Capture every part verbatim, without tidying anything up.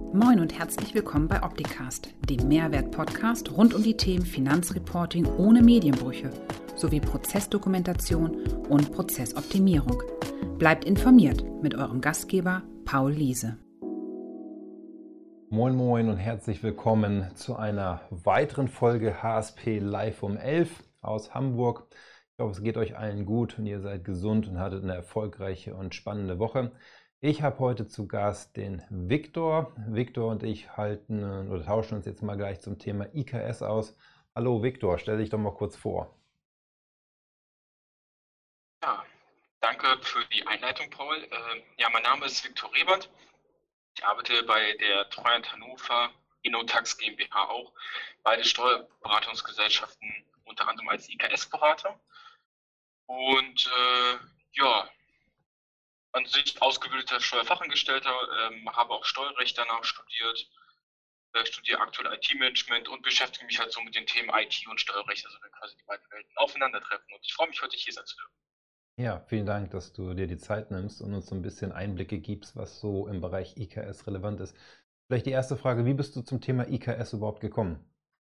Moin und herzlich willkommen bei Opticast, dem Mehrwert-Podcast rund um die Themen Finanzreporting ohne Medienbrüche sowie Prozessdokumentation und Prozessoptimierung. Bleibt informiert mit eurem Gastgeber Paul Liese. Moin Moin und herzlich willkommen zu einer weiteren Folge H S P Live um elf aus Hamburg. Ich hoffe, es geht euch allen gut und ihr seid gesund und hattet eine erfolgreiche und spannende Woche. Ich habe heute zu Gast den Viktor. Viktor und ich halten oder tauschen uns jetzt mal gleich zum Thema I K S aus. Hallo Viktor, stell dich doch mal kurz vor. Ja, danke für die Einleitung, Paul. Äh, ja, mein Name ist Viktor Rebert. Ich arbeite bei der Treuhand Hannover, Innotax GmbH auch, beide Steuerberatungsgesellschaften, unter anderem als I K S-Berater. Und äh, ja, an sich ausgebildeter Steuerfachangestellter, ähm, habe auch Steuerrecht danach studiert, äh, studiere aktuell I T-Management und beschäftige mich halt so mit den Themen I T und Steuerrecht, also wenn quasi die beiden Welten aufeinandertreffen. Und ich freue mich, heute hier sein zu dürfen. Ja, vielen Dank, dass du dir die Zeit nimmst und uns so ein bisschen Einblicke gibst, was so im Bereich I K S relevant ist. Vielleicht die erste Frage, wie bist du zum Thema I K S überhaupt gekommen?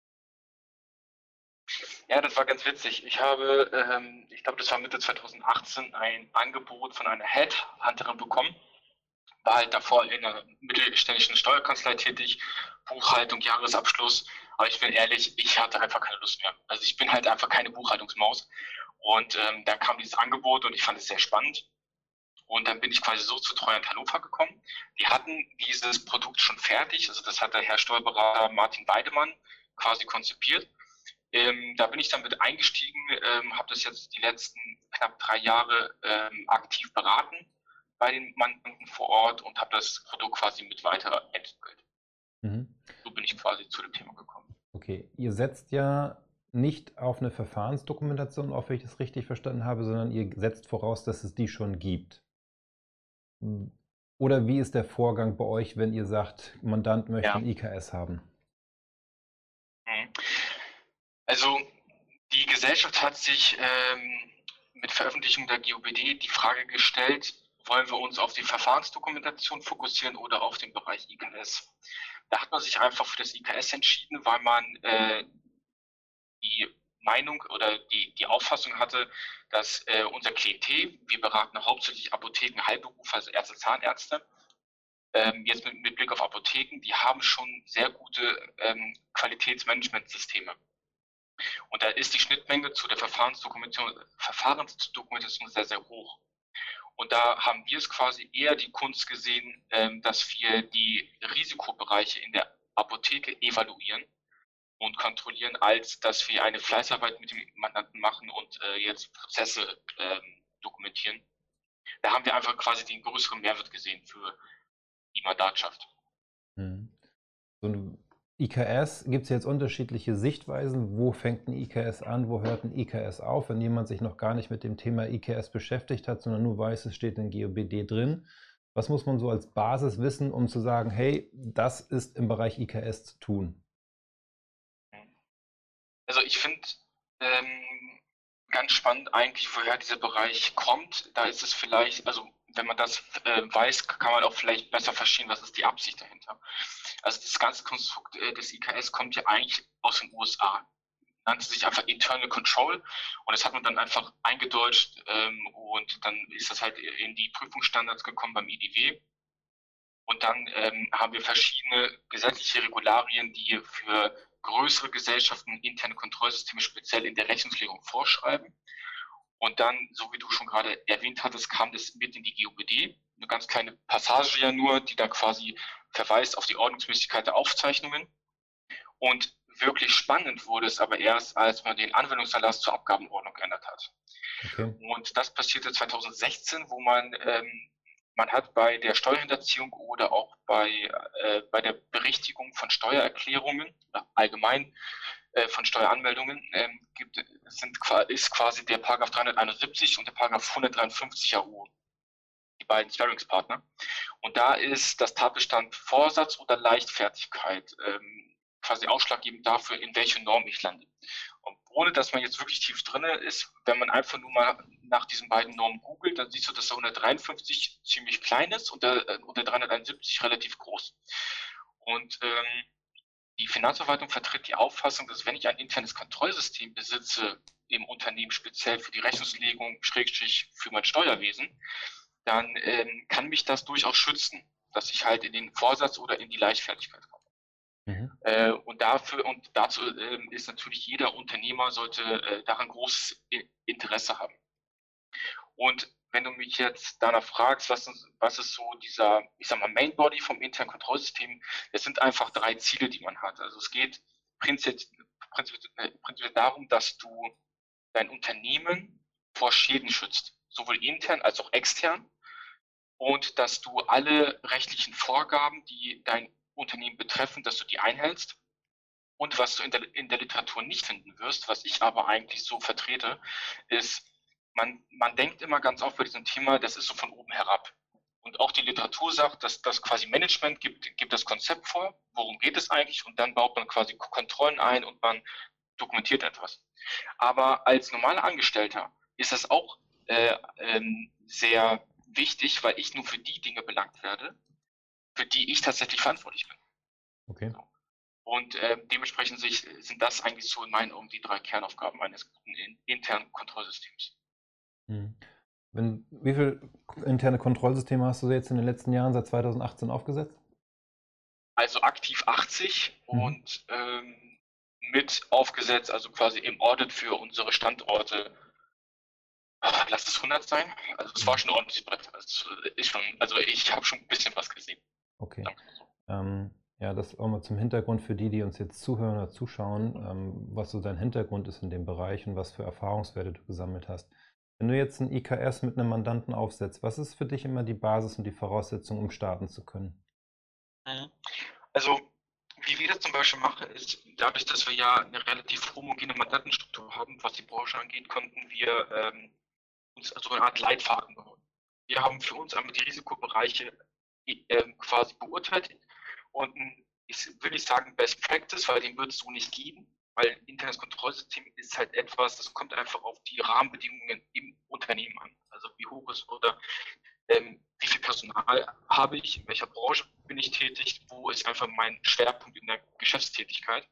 Ja, das war ganz witzig. Ich habe, ähm, ich glaube, das war Mitte zweitausendachtzehn, ein Angebot von einer Headhunterin bekommen. War halt davor in einer mittelständischen Steuerkanzlei tätig, Buchhaltung, Jahresabschluss. Aber ich bin ehrlich, ich hatte einfach keine Lust mehr. Also ich bin halt einfach keine Buchhaltungsmaus. Und ähm, da kam dieses Angebot und ich fand es sehr spannend. Und dann bin ich quasi so zu Treuhand Hannover gekommen. Die hatten dieses Produkt schon fertig. Also das hat der Herr Steuerberater Martin Weidemann quasi konzipiert. Ähm, da bin ich dann mit eingestiegen, ähm, habe das jetzt die letzten knapp drei Jahre ähm, aktiv beraten bei den Mandanten vor Ort und habe das Produkt quasi mit weiterentwickelt. Mhm. So bin ich quasi zu dem Thema gekommen. Okay, ihr setzt ja nicht auf eine Verfahrensdokumentation auf, wenn ich das richtig verstanden habe, sondern ihr setzt voraus, dass es die schon gibt. Oder wie ist der Vorgang bei euch, wenn ihr sagt, Mandant möchte ja. ein I K S haben? Mhm. Also die Gesellschaft hat sich ähm, mit Veröffentlichung der G O B D die Frage gestellt, wollen wir uns auf die Verfahrensdokumentation fokussieren oder auf den Bereich I K S? Da hat man sich einfach für das I K S entschieden, weil man äh, die Meinung oder die, die Auffassung hatte, dass äh, unser Klientel, wir beraten hauptsächlich Apotheken, Heilberufe, also Ärzte, Zahnärzte, ähm, jetzt mit, mit Blick auf Apotheken, die haben schon sehr gute ähm, Qualitätsmanagementsysteme. Und da ist die Schnittmenge zu der Verfahrensdokumentation, Verfahrensdokumentation sehr, sehr hoch. Und da haben wir es quasi eher die Kunst gesehen, ähm, dass wir die Risikobereiche in der Apotheke evaluieren und kontrollieren, als dass wir eine Fleißarbeit mit dem Mandanten machen und äh, jetzt Prozesse ähm, dokumentieren. Da haben wir einfach quasi den größeren Mehrwert gesehen für die Mandatschaft. Hm. So ein I K S, gibt es jetzt unterschiedliche Sichtweisen. Wo fängt ein I K S an, wo hört ein I K S auf? Wenn jemand sich noch gar nicht mit dem Thema I K S beschäftigt hat, sondern nur weiß, es steht in G O B D drin. Was muss man so als Basis wissen, um zu sagen, hey, das ist im Bereich I K S zu tun? Also ich finde ähm, ganz spannend eigentlich, woher dieser Bereich kommt. Da ist es vielleicht, also wenn man das äh, weiß, kann man auch vielleicht besser verstehen, was ist die Absicht dahinter. Also das ganze Konstrukt äh, des I K S kommt ja eigentlich aus den U S A. Nannte sich einfach Internal Control und das hat man dann einfach eingedeutscht ähm, und dann ist das halt in die Prüfungsstandards gekommen beim I D W. Und dann ähm, haben wir verschiedene gesetzliche Regularien, die für größere Gesellschaften interne Kontrollsysteme speziell in der Rechnungslegung vorschreiben. Und dann, so wie du schon gerade erwähnt hattest, kam das mit in die G O B D. Eine ganz kleine Passage ja nur, die da quasi verweist auf die Ordnungsmäßigkeit der Aufzeichnungen. Und wirklich spannend wurde es aber erst, als man den Anwendungserlass zur Abgabenordnung geändert hat. Okay. Und das passierte zweitausendsechzehn, wo man, ähm, man hat bei der Steuerhinterziehung oder auch bei, äh, bei der Berichtigung von Steuererklärungen, allgemein äh, von Steueranmeldungen, ähm, gibt, sind, ist quasi der Paragraph dreihunderteinundsiebzig und der Paragraph hundertdreiundfünfzig A U, die beiden Sparringspartner. Und da ist das Tatbestand Vorsatz oder Leichtfertigkeit ähm, quasi ausschlaggebend dafür, in welche Norm ich lande. Und ohne, dass man jetzt wirklich tief drin ist, wenn man einfach nur mal nach diesen beiden Normen googelt, dann siehst du, dass der hundertdreiundfünfzig ziemlich klein ist und der, und der dreihunderteinundsiebzig relativ groß. Und ähm, die Finanzverwaltung vertritt die Auffassung, dass wenn ich ein internes Kontrollsystem besitze im Unternehmen, speziell für die Rechnungslegung, Schrägstrich für mein Steuerwesen, dann ähm, kann mich das durchaus schützen, dass ich halt in den Vorsatz oder in die Leichtfertigkeit komme. Mhm. Äh, und dafür und dazu äh, ist natürlich jeder Unternehmer sollte äh, daran großes Interesse haben. Und wenn du mich jetzt danach fragst, was, was ist so dieser, ich sag mal, Main Body vom internen Kontrollsystem, es sind einfach drei Ziele, die man hat. Also es geht prinzipiell, prinzipiell, prinzipiell darum, dass du dein Unternehmen vor Schäden schützt, sowohl intern als auch extern, und dass du alle rechtlichen Vorgaben, die dein Unternehmen betreffen, dass du die einhältst. Und was du in der, in der Literatur nicht finden wirst, was ich aber eigentlich so vertrete, ist, man, man denkt immer ganz oft bei diesem Thema, das ist so von oben herab. Und auch die Literatur sagt, dass das quasi Management gibt, gibt das Konzept vor, worum geht es eigentlich, und dann baut man quasi Kontrollen ein und man dokumentiert etwas. Aber als normaler Angestellter ist das auch äh, ähm, sehr wichtig, weil ich nur für die Dinge belangt werde, für die ich tatsächlich verantwortlich bin. Okay. So. Und äh, dementsprechend sich, sind das eigentlich so in meinen Augen die drei Kernaufgaben eines guten in, internen Kontrollsystems. Hm. Wenn, wie viele interne Kontrollsysteme hast du jetzt in den letzten Jahren seit zweitausendachtzehn aufgesetzt? Also aktiv achtzig mhm. und ähm, mit aufgesetzt, also quasi im Audit für unsere Standorte. Lass es hundert sein. Also es war schon ein ordentliches Brett. Also ich, also ich habe schon ein bisschen was gesehen. Okay. Ähm, ja, das auch mal zum Hintergrund für die, die uns jetzt zuhören oder zuschauen, ähm, was so dein Hintergrund ist in dem Bereich und was für Erfahrungswerte du gesammelt hast. Wenn du jetzt ein I K S mit einem Mandanten aufsetzt, was ist für dich immer die Basis und die Voraussetzung, um starten zu können? Also, wie wir das zum Beispiel machen, ist, dadurch, dass wir ja eine relativ homogene Mandantenstruktur haben, was die Branche angeht, konnten wir ähm, uns also eine Art Leitfaden bauen. Wir haben für uns einmal die Risikobereiche äh, quasi beurteilt und ich will nicht sagen Best Practice, weil den wird es so nicht geben, weil ein internes Kontrollsystem ist halt etwas, das kommt einfach auf die Rahmenbedingungen im Unternehmen an. Also wie hoch ist oder ähm, wie viel Personal habe ich, in welcher Branche bin ich tätig, wo ist einfach mein Schwerpunkt in der Geschäftstätigkeit.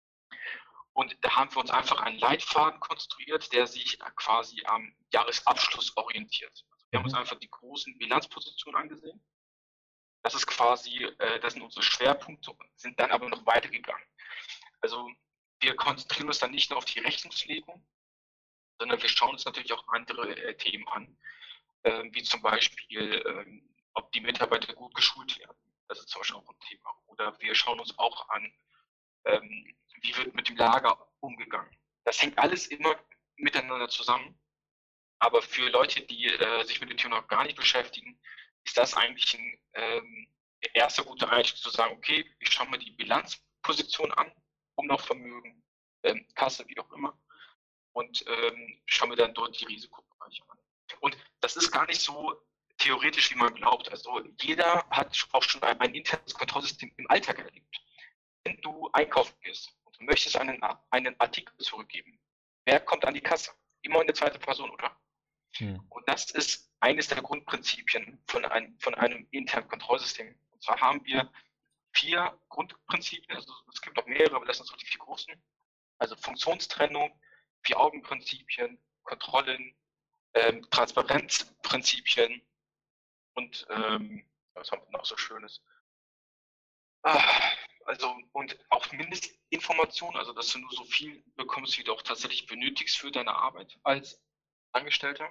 Und da haben wir uns einfach einen Leitfaden konstruiert, der sich quasi am Jahresabschluss orientiert. Also wir mhm. haben uns einfach die großen Bilanzpositionen angesehen. Das ist quasi, äh, das sind unsere Schwerpunkte, sind dann aber noch weitergegangen. Also wir konzentrieren uns dann nicht nur auf die Rechnungslegung, sondern wir schauen uns natürlich auch andere äh, Themen an, äh, wie zum Beispiel, äh, ob die Mitarbeiter gut geschult werden. Das ist zum Beispiel auch ein Thema. Oder wir schauen uns auch an, ähm, wie wird mit dem Lager umgegangen. Das hängt alles immer miteinander zusammen. Aber für Leute, die äh, sich mit dem Thema noch gar nicht beschäftigen, ist das eigentlich ein ähm, erster guter Einstieg zu sagen, okay, ich schaue mir die Bilanzposition an, Umlaufvermögen, ähm, Kasse, wie auch immer, und ähm, schaue mir dann dort die Risikobereiche an. Und das ist gar nicht so theoretisch, wie man glaubt. Also jeder hat auch schon ein, ein internes Kontrollsystem im Alltag erlebt. Wenn du einkaufen gehst und du möchtest einen, einen Artikel zurückgeben, wer kommt an die Kasse? Immer eine zweite Person, oder? Hm. Und das ist eines der Grundprinzipien von einem, von einem internen Kontrollsystem. Und zwar haben wir vier Grundprinzipien, also es gibt noch mehrere, aber das sind so die vier großen. Also Funktionstrennung, Vier-Augen-Prinzipien, Kontrollen, ähm, Transparenzprinzipien und ähm, was haben wir noch so Schönes? Ah, also und auch Mindestinformationen, also dass du nur so viel bekommst, wie du auch tatsächlich benötigst für deine Arbeit als Angestellter.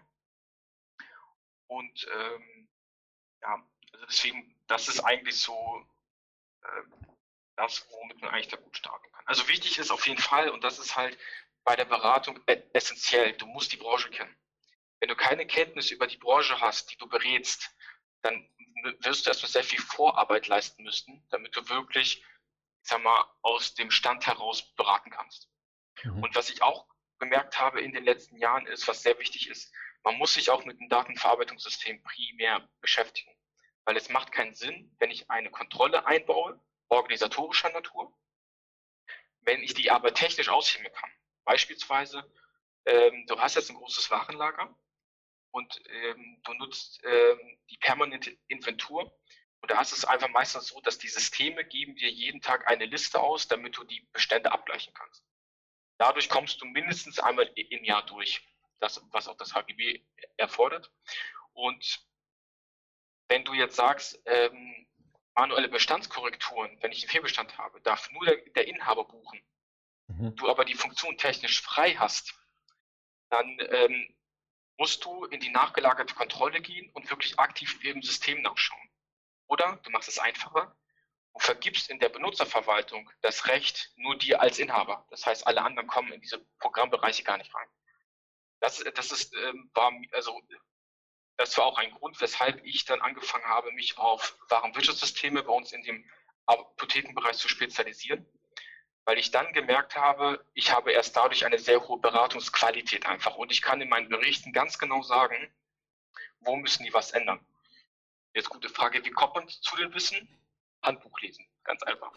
Und ähm, ja, also deswegen, das ist eigentlich so äh, das, womit man eigentlich da gut starten kann. Also wichtig ist auf jeden Fall, und das ist halt bei der Beratung essentiell, du musst die Branche kennen. Wenn du keine Kenntnis über die Branche hast, die du berätst, dann wirst du erstmal sehr viel Vorarbeit leisten müssen, damit du wirklich, ich sag mal, aus dem Stand heraus beraten kannst. Mhm. Und was ich auch bemerkt habe in den letzten Jahren ist, was sehr wichtig ist, man muss sich auch mit dem Datenverarbeitungssystem primär beschäftigen. Weil es macht keinen Sinn, wenn ich eine Kontrolle einbaue, organisatorischer Natur, wenn ich die aber technisch aushebeln kann. Beispielsweise, ähm, du hast jetzt ein großes Warenlager und ähm, du nutzt ähm, die permanente Inventur Und da ist es einfach meistens so, dass die Systeme geben dir jeden Tag eine Liste aus, damit du die Bestände abgleichen kannst. Dadurch kommst du mindestens einmal im Jahr durch, das, was auch das H G B erfordert. Und wenn du jetzt sagst, ähm, manuelle Bestandskorrekturen, wenn ich einen Fehlbestand habe, darf nur der, der Inhaber buchen, mhm. du aber die Funktion technisch frei hast, dann ähm, musst du in die nachgelagerte Kontrolle gehen und wirklich aktiv im System nachschauen. Oder du machst es einfacher, du vergibst in der Benutzerverwaltung das Recht nur dir als Inhaber. Das heißt, alle anderen kommen in diese Programmbereiche gar nicht rein. Das, das ist, ähm, war, also, das war auch ein Grund, weshalb ich dann angefangen habe, mich auf Warenwirtschaftssysteme bei uns in dem Apothekenbereich zu spezialisieren, weil ich dann gemerkt habe, ich habe erst dadurch eine sehr hohe Beratungsqualität einfach und ich kann in meinen Berichten ganz genau sagen, wo müssen die was ändern. Jetzt gute Frage, wie kommt man zu dem Wissen? Handbuch lesen, ganz einfach.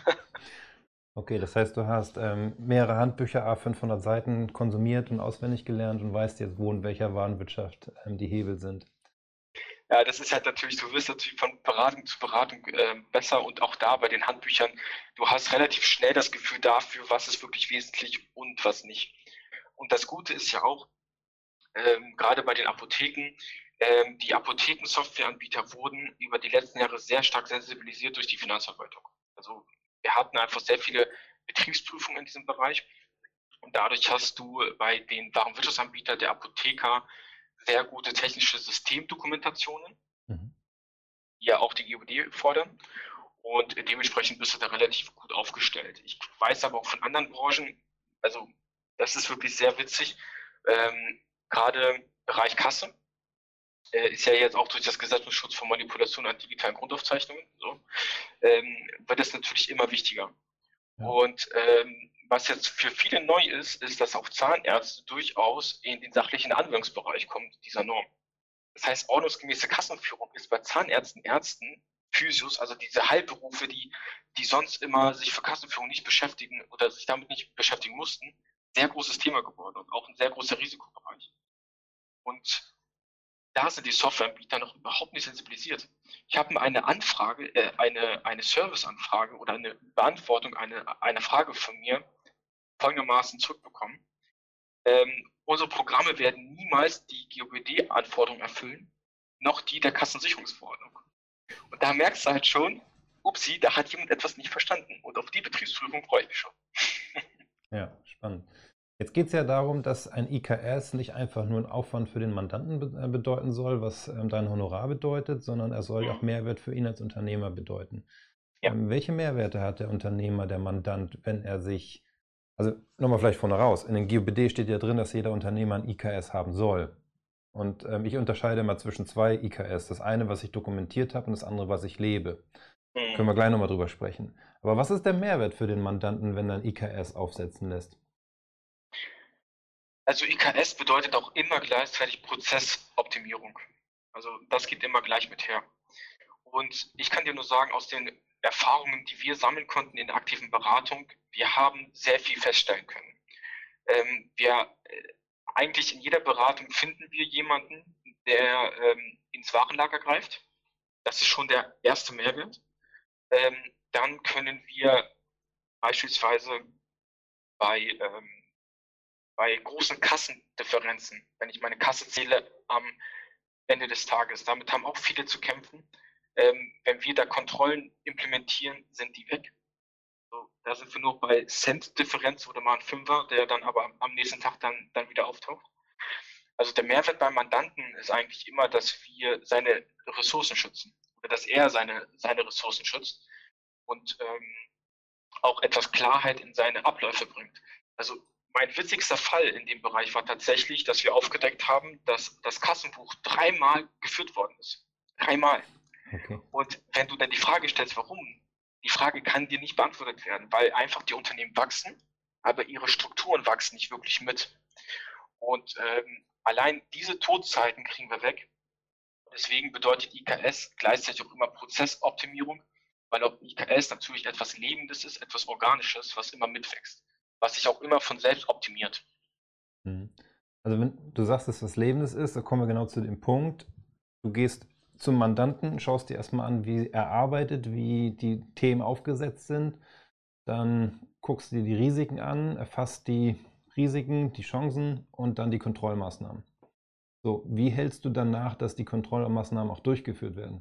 Okay, das heißt, du hast ähm, mehrere Handbücher, a fünfhundert Seiten konsumiert und auswendig gelernt und weißt jetzt, wo in welcher Warenwirtschaft ähm, die Hebel sind. Ja, das ist halt natürlich, du wirst natürlich von Beratung zu Beratung äh, besser und auch da bei den Handbüchern, du hast relativ schnell das Gefühl dafür, was ist wirklich wesentlich und was nicht. Und das Gute ist ja auch, ähm, gerade bei den Apotheken, ähm, die Apothekensoftwareanbieter wurden über die letzten Jahre sehr stark sensibilisiert durch die Finanzverwaltung. Also wir hatten einfach sehr viele Betriebsprüfungen in diesem Bereich und dadurch hast du bei den Warenwirtschaftsanbietern der Apotheker sehr gute technische Systemdokumentationen, mhm. die ja auch die G O B D fordern und dementsprechend bist du da relativ gut aufgestellt. Ich weiß aber auch von anderen Branchen, also das ist wirklich sehr witzig, ähm, gerade Bereich Kasse äh, ist ja jetzt auch durch das Gesetz zum Schutz vor Manipulation an digitalen Grundaufzeichnungen, so, ähm, wird es natürlich immer wichtiger. Ja. Und ähm, was jetzt für viele neu ist, ist, dass auch Zahnärzte durchaus in den sachlichen Anwendungsbereich kommen dieser Norm. Das heißt, ordnungsgemäße Kassenführung ist bei Zahnärzten, Ärzten, Physios, also diese Heilberufe, die, die sonst immer sich für Kassenführung nicht beschäftigen oder sich damit nicht beschäftigen mussten, sehr großes Thema geworden und auch ein sehr großer Risikobereich. Und da sind die Softwareanbieter noch überhaupt nicht sensibilisiert. Ich habe eine Anfrage, äh, eine, eine Serviceanfrage oder eine Beantwortung einer eine Frage von mir folgendermaßen zurückbekommen. Ähm, unsere Programme werden niemals die G O B D-Anforderungen erfüllen, noch die der Kassensicherungsverordnung. Und da merkst du halt schon, upsi, da hat jemand etwas nicht verstanden. Und auf die Betriebsprüfung freue ich mich schon. Ja, spannend. Jetzt geht es ja darum, dass ein I K S nicht einfach nur einen Aufwand für den Mandanten be bedeuten soll, was ähm, dein Honorar bedeutet, sondern er soll mhm. auch Mehrwert für ihn als Unternehmer bedeuten. Ja. Ähm, welche Mehrwerte hat der Unternehmer, der Mandant, wenn er sich, also nochmal vielleicht vorne raus, in den G O B D steht ja drin, dass jeder Unternehmer ein I K S haben soll. Und ähm, ich unterscheide mal zwischen zwei I K S. Das eine, was ich dokumentiert habe und das andere, was ich lebe. Mhm. Können wir gleich nochmal drüber sprechen. Aber was ist der Mehrwert für den Mandanten, wenn er ein I K S aufsetzen lässt? Also I K S bedeutet auch immer gleichzeitig Prozessoptimierung. Also das geht immer gleich mit her. Und ich kann dir nur sagen, aus den Erfahrungen, die wir sammeln konnten in der aktiven Beratung, wir haben sehr viel feststellen können. Ähm, wir äh, eigentlich in jeder Beratung finden wir jemanden, der ähm, ins Warenlager greift. Das ist schon der erste Mehrwert. Ähm, dann können wir beispielsweise bei ähm, bei großen Kassendifferenzen, wenn ich meine Kasse zähle am Ende des Tages, damit haben auch viele zu kämpfen. Ähm, wenn wir da Kontrollen implementieren, sind die weg. So, da sind wir nur bei Cent-Differenz oder mal ein Fünfer, der dann aber am nächsten Tag dann, dann wieder auftaucht. Also der Mehrwert beim Mandanten ist eigentlich immer, dass wir seine Ressourcen schützen oder dass er seine, seine Ressourcen schützt und ähm, auch etwas Klarheit in seine Abläufe bringt. Also mein witzigster Fall in dem Bereich war tatsächlich, dass wir aufgedeckt haben, dass das Kassenbuch dreimal geführt worden ist. Dreimal. Okay. Und wenn du dann die Frage stellst, warum, die Frage kann dir nicht beantwortet werden, weil einfach die Unternehmen wachsen, aber ihre Strukturen wachsen nicht wirklich mit. Und ähm, allein diese Todzeiten kriegen wir weg. Deswegen bedeutet I K S gleichzeitig auch immer Prozessoptimierung, weil auch I K S natürlich etwas Lebendes ist, etwas Organisches, was immer mitwächst, was sich auch immer von selbst optimiert. Also wenn du sagst, dass was Lebendes ist, da kommen wir genau zu dem Punkt, du gehst zum Mandanten, schaust dir erstmal an, wie er arbeitet, wie die Themen aufgesetzt sind. Dann guckst du dir die Risiken an, erfasst die Risiken, die Chancen und dann die Kontrollmaßnahmen. So, wie hältst du dann nach, dass die Kontrollmaßnahmen auch durchgeführt werden?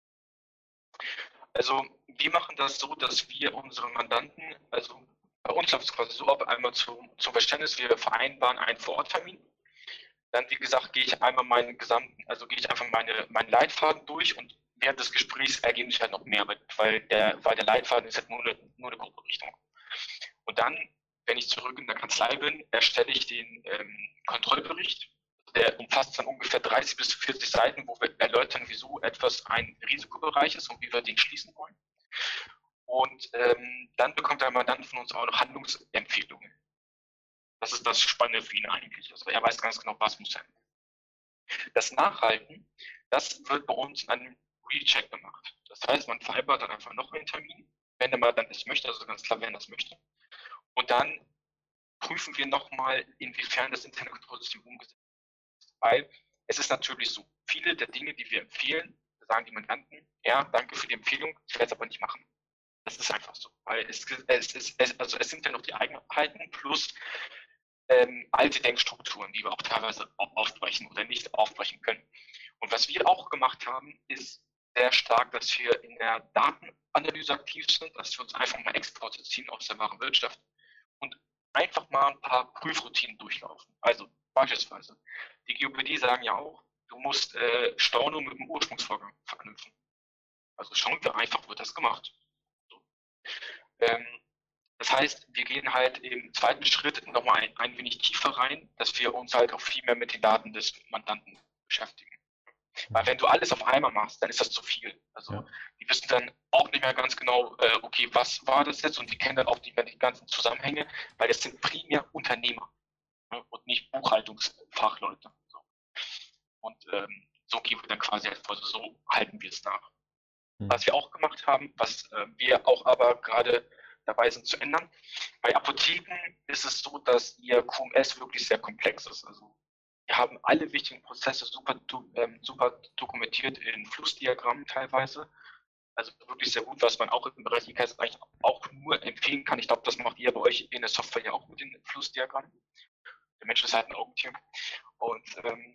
Also wir machen das so, dass wir unsere Mandanten, also bei uns läuft es quasi so ab, einmal zum, zum Verständnis, wir vereinbaren einen Vororttermin. Dann, wie gesagt, gehe ich einmal meinen gesamten, also gehe ich einfach meine, meinen Leitfaden durch und während des Gesprächs ergeben sich halt noch mehr, weil der, weil der Leitfaden ist halt nur eine, nur eine grobe Richtung. Und dann, wenn ich zurück in der Kanzlei bin, erstelle ich den ähm, Kontrollbericht. Der umfasst dann ungefähr dreißig bis vierzig Seiten, wo wir erläutern, wieso etwas ein Risikobereich ist und wie wir den schließen wollen. Und ähm, dann bekommt der Mandant von uns auch noch Handlungsempfehlungen. Das ist das Spannende für ihn eigentlich. Also er weiß ganz genau, was muss er. Das Nachhalten, das wird bei uns an einem Recheck gemacht. Das heißt, man vereinbart dann einfach noch einen Termin, wenn der Mandant es möchte, also ganz klar, wenn er das möchte. Und dann prüfen wir nochmal, inwiefern das interne Kontrollsystem umgesetzt wird. Weil es ist natürlich so, viele der Dinge, die wir empfehlen, sagen die Mandanten, ja, danke für die Empfehlung, ich werde es aber nicht machen. Das ist einfach so. Weil es, es, es, es, also es sind ja noch die Eigenheiten plus ähm, alte Denkstrukturen, die wir auch teilweise aufbrechen oder nicht aufbrechen können. Und was wir auch gemacht haben, ist sehr stark, dass wir in der Datenanalyse aktiv sind, dass wir uns einfach mal Exporte ziehen aus der wahren Wirtschaft und einfach mal ein paar Prüfroutinen durchlaufen. Also beispielsweise, die G O B D sagen ja auch, du musst äh, Storno mit dem Ursprungsvorgang verknüpfen. Also schauen wir einfach, wird das gemacht. So. Ähm, das heißt, wir gehen halt im zweiten Schritt nochmal ein, ein wenig tiefer rein, dass wir uns halt auch viel mehr mit den Daten des Mandanten beschäftigen. Weil wenn du alles auf einmal machst, dann ist das zu viel. Also ja. Die wissen dann auch nicht mehr ganz genau, äh, okay, was war das jetzt? Und die kennen dann auch die, die ganzen Zusammenhänge, weil das sind primär Unternehmer, ne? Und nicht Buchhaltungsfachleute. So. Und ähm, so gehen wir dann quasi, also so halten wir es nach. Mhm. Was wir auch gemacht haben, was äh, wir auch aber gerade dabei sind zu ändern, bei Apotheken ist es so, dass ihr Q M S wirklich sehr komplex ist. Also wir haben alle wichtigen Prozesse super, ähm, super dokumentiert in Flussdiagrammen teilweise. Also wirklich sehr gut, was man auch im Bereich E K S eigentlich auch nur empfehlen kann. Ich glaube, das macht ihr bei euch in der Software ja auch mit den Flussdiagrammen. Der Mensch ist halt ein Augentier. Und, ähm,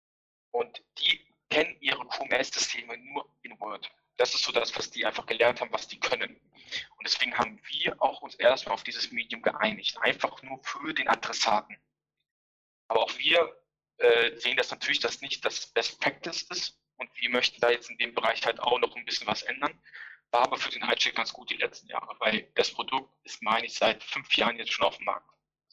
und die kennen ihre Q M S-Systeme nur in Word. Das ist so das, was die einfach gelernt haben, was die können. Und deswegen haben wir auch uns erstmal auf dieses Medium geeinigt. Einfach nur für den Adressaten. Aber auch wir äh, sehen das natürlich, dass nicht das Best Practice ist. Und wir möchten da jetzt in dem Bereich halt auch noch ein bisschen was ändern. War aber für den Einstieg ganz gut die letzten Jahre, weil das Produkt ist, meine ich, seit fünf Jahren jetzt schon auf dem Markt.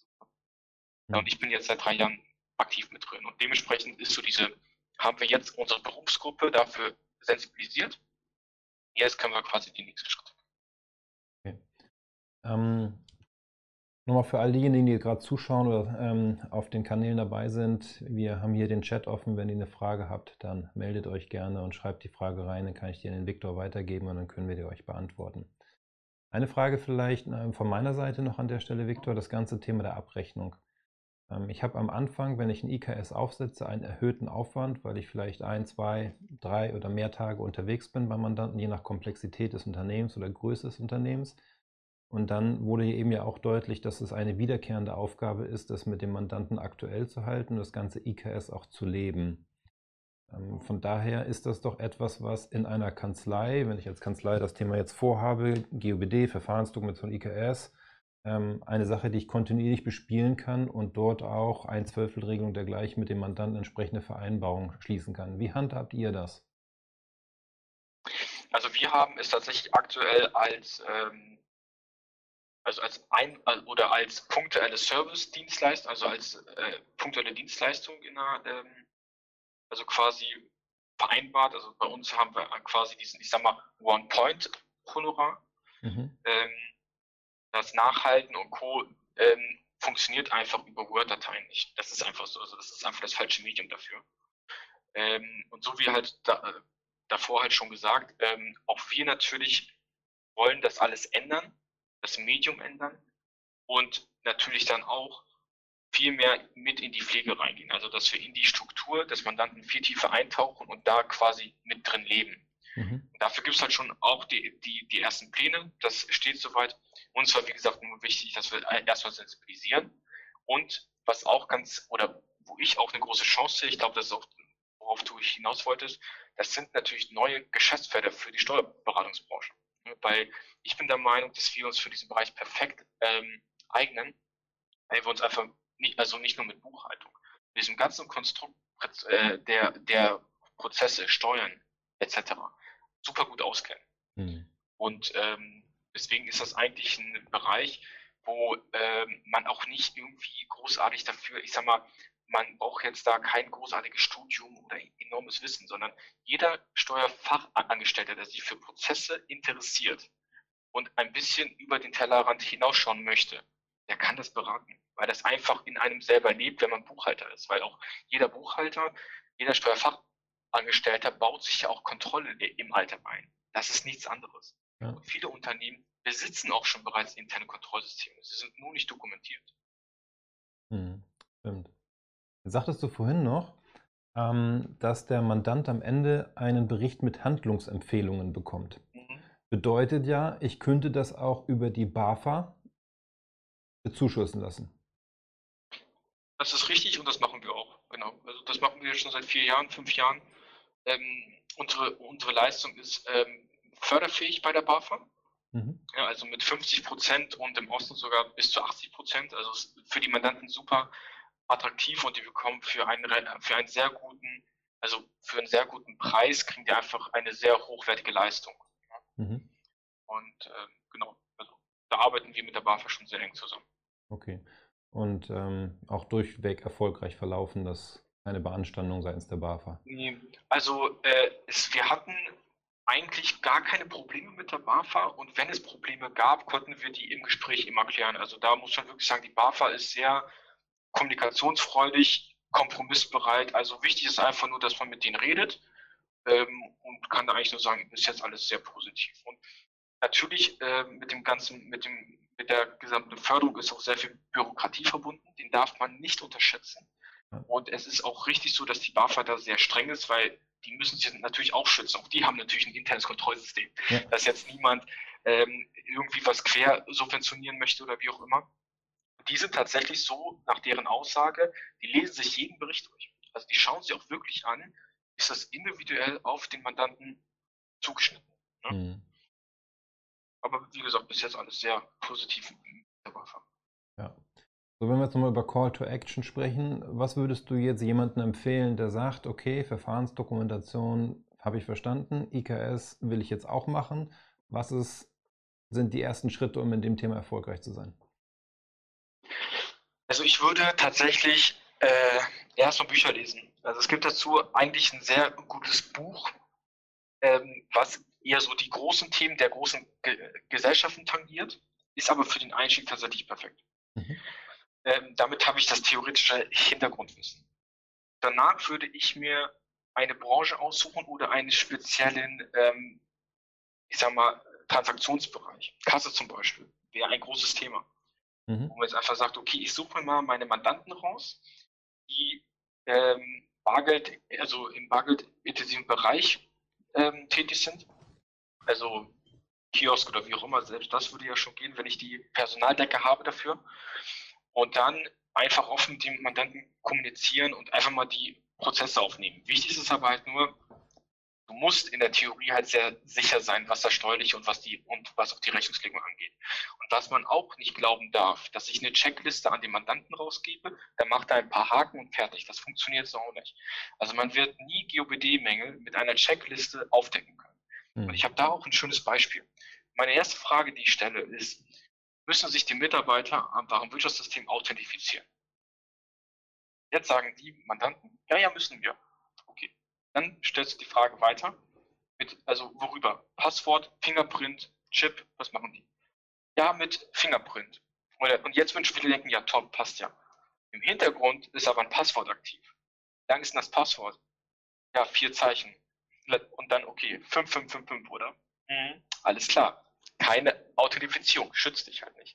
Ja, und ich bin jetzt seit drei Jahren aktiv mit drin. Und dementsprechend ist so diese, haben wir jetzt unsere Berufsgruppe dafür sensibilisiert. Jetzt können wir quasi die nächsten Schritte. Okay. Ähm, nochmal für all diejenigen, die gerade zuschauen oder ähm, auf den Kanälen dabei sind, wir haben hier den Chat offen. Wenn ihr eine Frage habt, dann meldet euch gerne und schreibt die Frage rein, dann kann ich die an den Viktor weitergeben und dann können wir die euch beantworten. Eine Frage vielleicht äh, von meiner Seite noch an der Stelle, Viktor, das ganze Thema der Abrechnung. Ähm, ich habe am Anfang, wenn ich ein I K S aufsetze, einen erhöhten Aufwand, weil ich vielleicht ein, zwei, drei oder mehr Tage unterwegs bin beim Mandanten, je nach Komplexität des Unternehmens oder Größe des Unternehmens. Und dann wurde eben ja auch deutlich, dass es eine wiederkehrende Aufgabe ist, das mit dem Mandanten aktuell zu halten und das ganze I K S auch zu leben. Ähm, von daher ist das doch etwas, was in einer Kanzlei, wenn ich als Kanzlei das Thema jetzt vorhabe, G O B D, Verfahrensdokumentation, I K S, ähm, eine Sache, die ich kontinuierlich bespielen kann und dort auch ein Zwölftelregelung dergleichen mit dem Mandanten entsprechende Vereinbarungen schließen kann. Wie handhabt ihr das? Also wir haben es tatsächlich aktuell als ähm also als ein oder als punktuelle Service-Dienstleistung, also als äh, punktuelle Dienstleistung in einer, ähm, also quasi vereinbart. Also bei uns haben wir quasi diesen, ich sag mal, One-Point-Honorar. Mhm. Ähm, das Nachhalten und Co. Ähm, funktioniert einfach über Word-Dateien nicht. Das ist einfach so, also das ist einfach das falsche Medium dafür. Ähm, und so wie halt da, davor halt schon gesagt, ähm, auch wir natürlich wollen das alles ändern, das Medium ändern und natürlich dann auch viel mehr mit in die Pflege reingehen. Also dass wir in die Struktur des Mandanten viel tiefer eintauchen und da quasi mit drin leben. Mhm. Dafür gibt es halt schon auch die, die, die ersten Pläne, das steht soweit. Uns war, wie gesagt, nur wichtig, dass wir erstmal sensibilisieren. Und was auch ganz, oder wo ich auch eine große Chance sehe, ich glaube, das ist auch, worauf du hinaus wolltest, das sind natürlich neue Geschäftsfelder für die Steuerberatungsbranche. Weil ich bin der Meinung, dass wir uns für diesen Bereich perfekt ähm, eignen, weil wir uns einfach nicht, also nicht nur mit Buchhaltung, mit diesem ganzen Konstrukt äh, der, der Prozesse, Steuern et cetera super gut auskennen. Mhm. Und ähm, deswegen ist das eigentlich ein Bereich, wo ähm, man auch nicht irgendwie großartig dafür, ich sag mal, man braucht jetzt da kein großartiges Studium oder enormes Wissen, sondern jeder Steuerfachangestellte, der sich für Prozesse interessiert und ein bisschen über den Tellerrand hinausschauen möchte, der kann das beraten, weil das einfach in einem selber lebt, wenn man Buchhalter ist. Weil auch jeder Buchhalter, jeder Steuerfachangestellter baut sich ja auch Kontrolle im Alltag ein. Das ist nichts anderes. Ja. Und viele Unternehmen besitzen auch schon bereits interne Kontrollsysteme. Sie sind nur nicht dokumentiert. Hm, stimmt. Jetzt sagtest du vorhin noch, ähm, dass der Mandant am Ende einen Bericht mit Handlungsempfehlungen bekommt. Mhm. Bedeutet ja, ich könnte das auch über die BAFA bezuschussen lassen. Das ist richtig und das machen wir auch. Genau. Also das machen wir schon seit vier Jahren, fünf Jahren. Ähm, unsere, unsere Leistung ist ähm, förderfähig bei der BAFA. Mhm. Ja, also mit fünfzig Prozent und im Osten sogar bis zu achtzig Prozent. Also ist für die Mandanten super attraktiv und die bekommen für einen, für einen sehr guten, also für einen sehr guten Preis kriegen die einfach eine sehr hochwertige Leistung. Ja. Mhm. Und äh, genau, also da arbeiten wir mit der BAFA schon sehr eng zusammen. Okay. Und ähm, auch durchweg erfolgreich verlaufen, dass keine Beanstandung seitens der BAFA? Nee, also äh, es, wir hatten eigentlich gar keine Probleme mit der BAFA und wenn es Probleme gab, konnten wir die im Gespräch immer klären. Also da muss man wirklich sagen, die BAFA ist sehr kommunikationsfreudig, kompromissbereit. Also wichtig ist einfach nur, dass man mit denen redet ähm, und kann da eigentlich nur sagen, bis jetzt alles sehr positiv. Und natürlich äh, mit dem ganzen, mit dem, mit der gesamten Förderung ist auch sehr viel Bürokratie verbunden. Den darf man nicht unterschätzen. Und es ist auch richtig so, dass die BAFA da sehr streng ist, weil die müssen sich natürlich auch schützen. Auch die haben natürlich ein internes Kontrollsystem, ja. Dass jetzt niemand ähm, irgendwie was quer subventionieren möchte oder wie auch immer. Die sind tatsächlich so, nach deren Aussage, die lesen sich jeden Bericht durch. Also die schauen sich auch wirklich an, ist das individuell auf den Mandanten zugeschnitten. Ne? Mhm. Aber wie gesagt, bis jetzt alles sehr positiv mit der BAFA. Ja. So, wenn wir jetzt nochmal über Call to Action sprechen, was würdest du jetzt jemandem empfehlen, der sagt, okay, Verfahrensdokumentation habe ich verstanden, I K S will ich jetzt auch machen. Was ist, sind die ersten Schritte, um in dem Thema erfolgreich zu sein? Also ich würde tatsächlich äh, erstmal Bücher lesen. Also es gibt dazu eigentlich ein sehr gutes Buch, ähm, was eher so die großen Themen der großen Ge- Gesellschaften tangiert, ist aber für den Einstieg tatsächlich perfekt. Mhm. Ähm, damit habe ich das theoretische Hintergrundwissen. Danach würde ich mir eine Branche aussuchen oder einen speziellen, ähm, ich sag mal, Transaktionsbereich. Kasse zum Beispiel wäre ein großes Thema. Mhm. Wo man jetzt einfach sagt, okay, ich suche mir mal meine Mandanten raus, die ähm, Bargeld, also im bargeldintensiven Bereich ähm, tätig sind. Also Kiosk oder wie auch immer, selbst das würde ja schon gehen, wenn ich die Personaldecke habe dafür. Und dann einfach offen mit dem Mandanten kommunizieren und einfach mal die Prozesse aufnehmen. Wichtig ist es aber halt nur, du musst in der Theorie halt sehr sicher sein, was das Steuerliche und was die und was auch die Rechnungslegung angeht. Und was man auch nicht glauben darf, dass ich eine Checkliste an den Mandanten rausgebe, der macht da ein paar Haken und fertig. Das funktioniert so auch nicht. Also man wird nie G O B D-Mängel mit einer Checkliste aufdecken können. Mhm. Und ich habe da auch ein schönes Beispiel. Meine erste Frage, die ich stelle, ist, müssen sich die Mitarbeiter am Warenwirtschaftssystem authentifizieren? Jetzt sagen die Mandanten, ja, ja, müssen wir. Okay. Dann stellst du die Frage weiter, mit, also worüber? Passwort, Fingerprint, Chip, was machen die? Ja, mit Fingerprint. Und jetzt würden viele denken, ja top, passt ja. Im Hintergrund ist aber ein Passwort aktiv. Wie lang ist denn das Passwort? Ja, vier Zeichen. Und dann, okay, fünf fünf fünf fünf, oder? Mhm. Alles klar. Keine Authentifizierung, schützt dich halt nicht.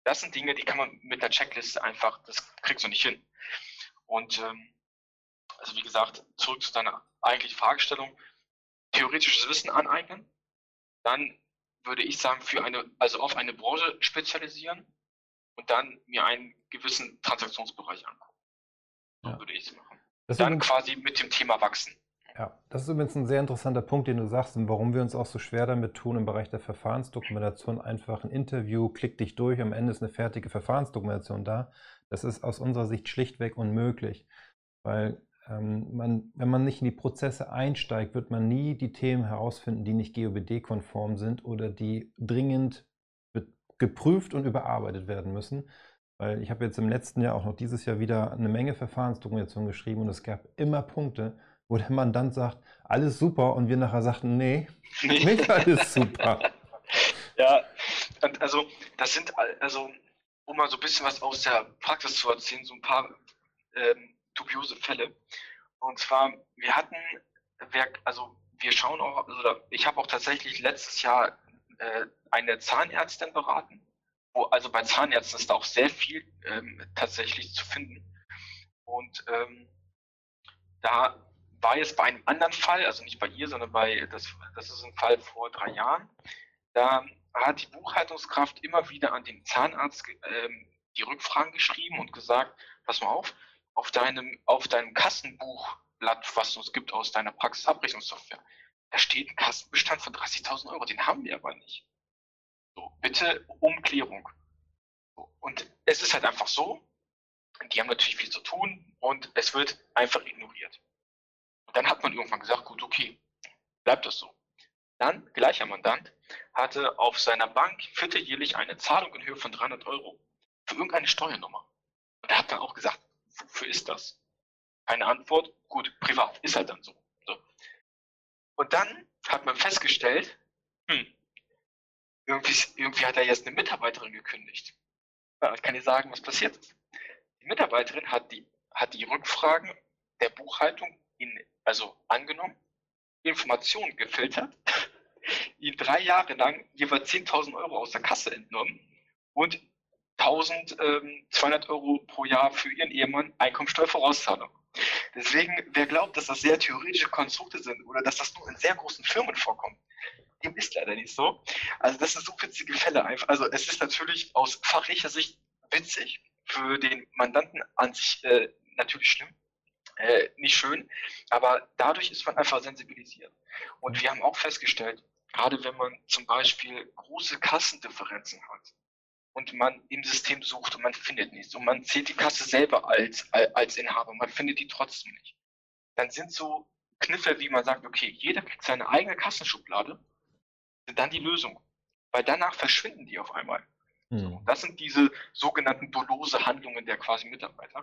das sind Dinge, die kann man mit der Checkliste einfach, das kriegst du nicht hin. Und ähm, also wie gesagt, zurück zu deiner eigentlichen Fragestellung, theoretisches Wissen aneignen, dann würde ich sagen, für eine, also auf eine Branche spezialisieren und dann mir einen gewissen Transaktionsbereich angucken. So Ja. würde ich es machen. Das Dann übrigens, quasi mit dem Thema wachsen. ja, das ist übrigens ein sehr interessanter Punkt, den du sagst und warum wir uns auch so schwer damit tun, im Bereich der Verfahrensdokumentation einfach ein Interview, klick dich durch, am Ende ist eine fertige Verfahrensdokumentation da. Das ist aus unserer Sicht schlichtweg unmöglich, weil ähm, man, wenn man nicht in die Prozesse einsteigt, wird man nie die Themen herausfinden, die nicht G O B D-konform sind oder die dringend geprüft und überarbeitet werden müssen. Weil ich habe jetzt im letzten Jahr, auch noch dieses Jahr wieder eine Menge Verfahrensdokumentation geschrieben und es gab immer Punkte, wo der Mandant sagt, alles super und wir nachher sagten, nee, Nee. nicht alles super. Ja, und also das sind, also um mal so ein bisschen was aus der Praxis zu erzählen, so ein paar ähm, dubiose Fälle. Und zwar, wir hatten, also wir schauen auch, also ich habe auch tatsächlich letztes Jahr äh, eine Zahnärztin beraten. Wo, also bei Zahnärzten ist da auch sehr viel ähm, tatsächlich zu finden. Und ähm, da war jetzt bei einem anderen Fall, also nicht bei ihr, sondern bei, das, das ist ein Fall vor drei Jahren, da hat die Buchhaltungskraft immer wieder an den Zahnarzt ähm, die Rückfragen geschrieben und gesagt, pass mal auf, auf deinem, auf deinem Kassenbuchblatt, was es gibt aus deiner Praxisabrechnungssoftware, da steht ein Kassenbestand von dreißigtausend Euro, den haben wir aber nicht. So, bitte um Klärung. So, und es ist halt einfach so, die haben natürlich viel zu tun und es wird einfach ignoriert. Und dann hat man irgendwann gesagt, gut, okay, bleibt das so. Dann, gleicher Mandant, hatte auf seiner Bank vierteljährlich eine Zahlung in Höhe von dreihundert Euro für irgendeine Steuernummer. Und er hat dann auch gesagt, wofür ist das? Keine Antwort, gut, privat, ist halt dann so. so. Und dann hat man festgestellt, hm, irgendwie, irgendwie hat er jetzt eine Mitarbeiterin gekündigt. Ja, ich kann dir sagen, was passiert ist. Die Mitarbeiterin hat die, hat die Rückfragen der Buchhaltung in, also angenommen, Informationen gefiltert, ihn drei Jahre lang jeweils zehntausend Euro aus der Kasse entnommen und eintausendzweihundert Euro pro Jahr für ihren Ehemann Einkommensteuervorauszahlung. Deswegen, wer glaubt, dass das sehr theoretische Konstrukte sind oder dass das nur in sehr großen Firmen vorkommt, dem ist leider nicht so. Also das sind so witzige Fälle einfach. Also es ist natürlich aus fachlicher Sicht witzig, für den Mandanten an sich äh, natürlich schlimm. Äh, nicht schön, aber dadurch ist man einfach sensibilisiert. Und wir haben auch festgestellt, gerade wenn man zum Beispiel große Kassendifferenzen hat und man im System sucht und man findet nichts und man zählt die Kasse selber als, als Inhaber, man findet die trotzdem nicht, dann sind so Kniffe, wie man sagt, okay, jeder kriegt seine eigene Kassenschublade, sind dann die Lösung. Weil danach verschwinden die auf einmal. Hm. So, das sind diese sogenannten dolose Handlungen der quasi Mitarbeiter.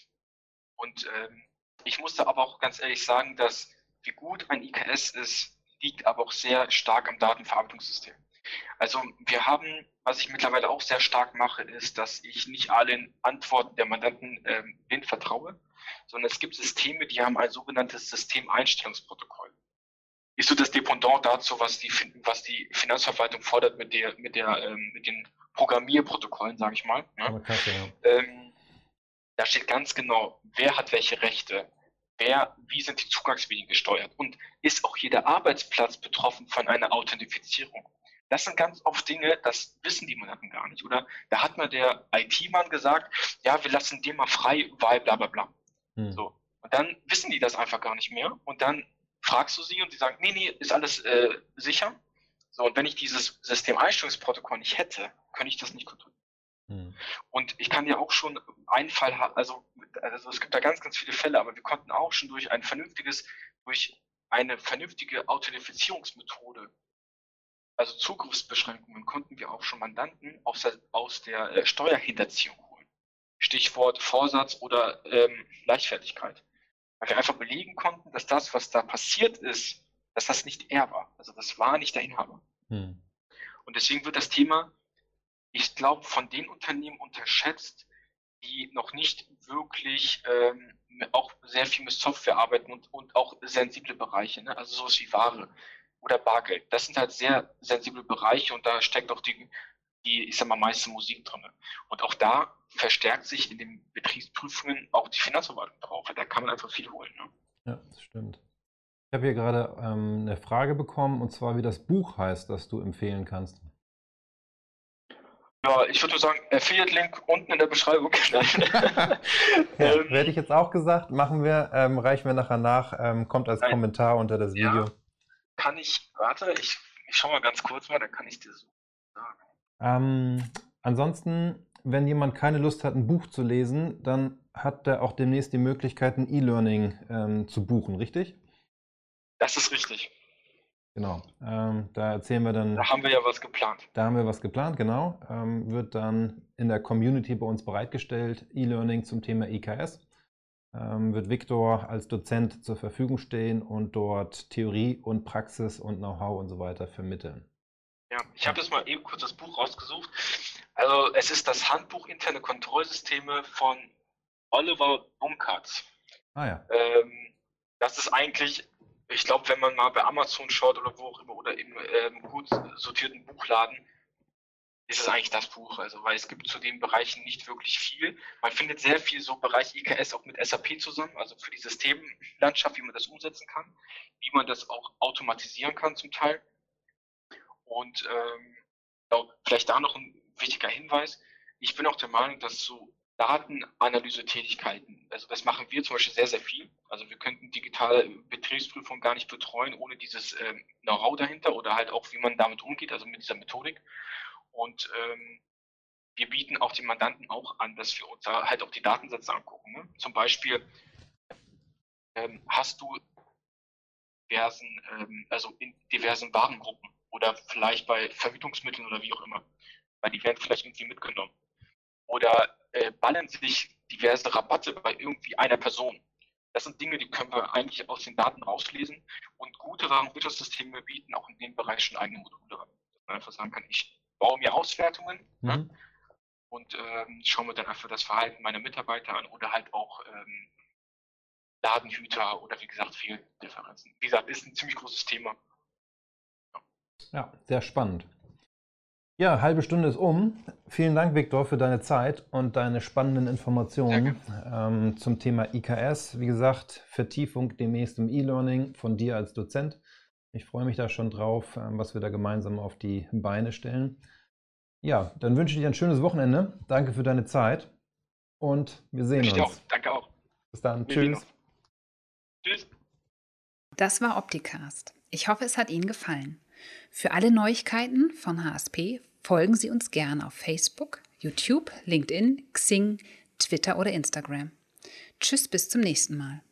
Und ähm, ich musste aber auch ganz ehrlich sagen, dass wie gut ein I K S ist, liegt aber auch sehr stark am Datenverarbeitungssystem. Also wir haben, was ich mittlerweile auch sehr stark mache, ist, dass ich nicht allen Antworten der Mandanten ähm, blind vertraue, sondern es gibt Systeme, die haben ein sogenanntes Systemeinstellungsprotokoll. Ist so das Dependant dazu, was die, was die Finanzverwaltung fordert mit, der, mit, der, ähm, mit den Programmierprotokollen, sage ich mal. Ne? Klasse, ja. ähm, da steht ganz genau, wer hat welche Rechte, wer, wie sind die Zugangswege gesteuert und ist auch jeder Arbeitsplatz betroffen von einer Authentifizierung. Das sind ganz oft Dinge, das wissen die Mandanten gar nicht. Oder da hat mal der I T-Mann gesagt, ja, wir lassen den mal frei, weil bla bla bla. Hm. So. Und dann wissen die das einfach gar nicht mehr. Und dann fragst du sie und sie sagen, nee, nee, ist alles äh, sicher. So, und wenn ich dieses Systemeinstellungsprotokoll nicht hätte, könnte ich das nicht kontrollieren. Hm. Und ich kann ja auch schon einen Fall haben, also, also es gibt da ganz, ganz viele Fälle, aber wir konnten auch schon durch ein vernünftiges, durch eine vernünftige Authentifizierungsmethode, also Zugriffsbeschränkungen, konnten wir auch schon Mandanten aus der, aus der äh, Steuerhinterziehung holen. Stichwort Vorsatz oder ähm, Leichtfertigkeit. Weil wir einfach belegen konnten, dass das, was da passiert ist, dass das nicht er war. Also das war nicht der Inhaber. Hm. Und deswegen wird das Thema, ich glaube, von den Unternehmen unterschätzt, die noch nicht wirklich ähm, auch sehr viel mit Software arbeiten und, und auch sensible Bereiche, ne? Also sowas wie Ware oder Bargeld. Das sind halt sehr sensible Bereiche und da steckt auch die die, ich sag mal, meiste Musik drin. Und auch da verstärkt sich in den Betriebsprüfungen auch die Finanzverwaltung drauf. Da kann man einfach viel holen. Ne? Ja, das stimmt. Ich habe hier gerade ähm, eine Frage bekommen, und zwar, wie das Buch heißt, das du empfehlen kannst. Ja, ich würde sagen, Affiliate-Link unten in der Beschreibung. ja, ähm, werde ich jetzt auch gesagt, machen wir, ähm, reichen wir nachher nach, ähm, kommt als nein. Kommentar unter das Video. Ja, kann ich, warte, ich, ich schau mal ganz kurz mal, dann kann ich dir so sagen. Ähm, ansonsten, wenn jemand keine Lust hat, ein Buch zu lesen, dann hat er auch demnächst die Möglichkeit, ein E-Learning ähm, zu buchen, richtig? Das ist richtig. Genau, ähm, da erzählen wir dann. Da haben wir ja was geplant. Da haben wir was geplant, genau. Ähm, wird dann in der Community bei uns bereitgestellt, E-Learning zum Thema I K S. Ähm, wird Viktor als Dozent zur Verfügung stehen und dort Theorie und Praxis und Know-how und so weiter vermitteln. Ja, ich habe jetzt mal eben kurz das Buch rausgesucht. Also es ist das Handbuch interne Kontrollsysteme von Oliver Bumkatz. Ah ja. Ähm, das ist eigentlich, ich glaube, wenn man mal bei Amazon schaut oder wo auch immer oder im ähm, gut sortierten Buchladen, ist es eigentlich das Buch. Also, weil es gibt zu den Bereichen nicht wirklich viel. Man findet sehr viel so Bereich I K S auch mit S A P zusammen, also für die Systemlandschaft, wie man das umsetzen kann, wie man das auch automatisieren kann zum Teil. Und ähm, vielleicht da noch ein wichtiger Hinweis. Ich bin auch der Meinung, dass so Datenanalyse-Tätigkeiten, also das machen wir zum Beispiel sehr, sehr viel. Also wir könnten digitale Betriebsprüfungen gar nicht betreuen, ohne dieses ähm, Know-how dahinter oder halt auch, wie man damit umgeht, also mit dieser Methodik. Und ähm, wir bieten auch den Mandanten auch an, dass wir uns da halt auch die Datensätze angucken. Ne? Zum Beispiel ähm, hast du diversen, ähm, also in diversen Warengruppen oder vielleicht bei Verhütungsmitteln oder wie auch immer, weil die werden vielleicht irgendwie mitgenommen. Oder äh, ballen sich diverse Rabatte bei irgendwie einer Person. Das sind Dinge, die können wir eigentlich aus den Daten rauslesen und gute Warenwirtschaftssysteme bieten auch in dem Bereich schon eigene Module an. Dass man einfach sagen kann, ich baue mir Auswertungen mhm. ne? und ähm, schaue mir dann einfach das Verhalten meiner Mitarbeiter an oder halt auch ähm, Ladenhüter oder wie gesagt Fehldifferenzen. Wie gesagt, ist ein ziemlich großes Thema. Ja, ja, sehr spannend. Ja, halbe Stunde ist um. Vielen Dank, Viktor, für deine Zeit und deine spannenden Informationen ähm, zum Thema I K S. Wie gesagt, Vertiefung demnächst im E-Learning von dir als Dozent. Ich freue mich da schon drauf, ähm, was wir da gemeinsam auf die Beine stellen. Ja, dann wünsche ich dir ein schönes Wochenende. Danke für deine Zeit und wir sehen ich uns. Auch. Danke auch. Bis dann. Wir Tschüss. Tschüss. Das war Opticast. Ich hoffe, es hat Ihnen gefallen. Für alle Neuigkeiten von H S P folgen Sie uns gerne auf Facebook, YouTube, LinkedIn, Xing, Twitter oder Instagram. Tschüss, bis zum nächsten Mal.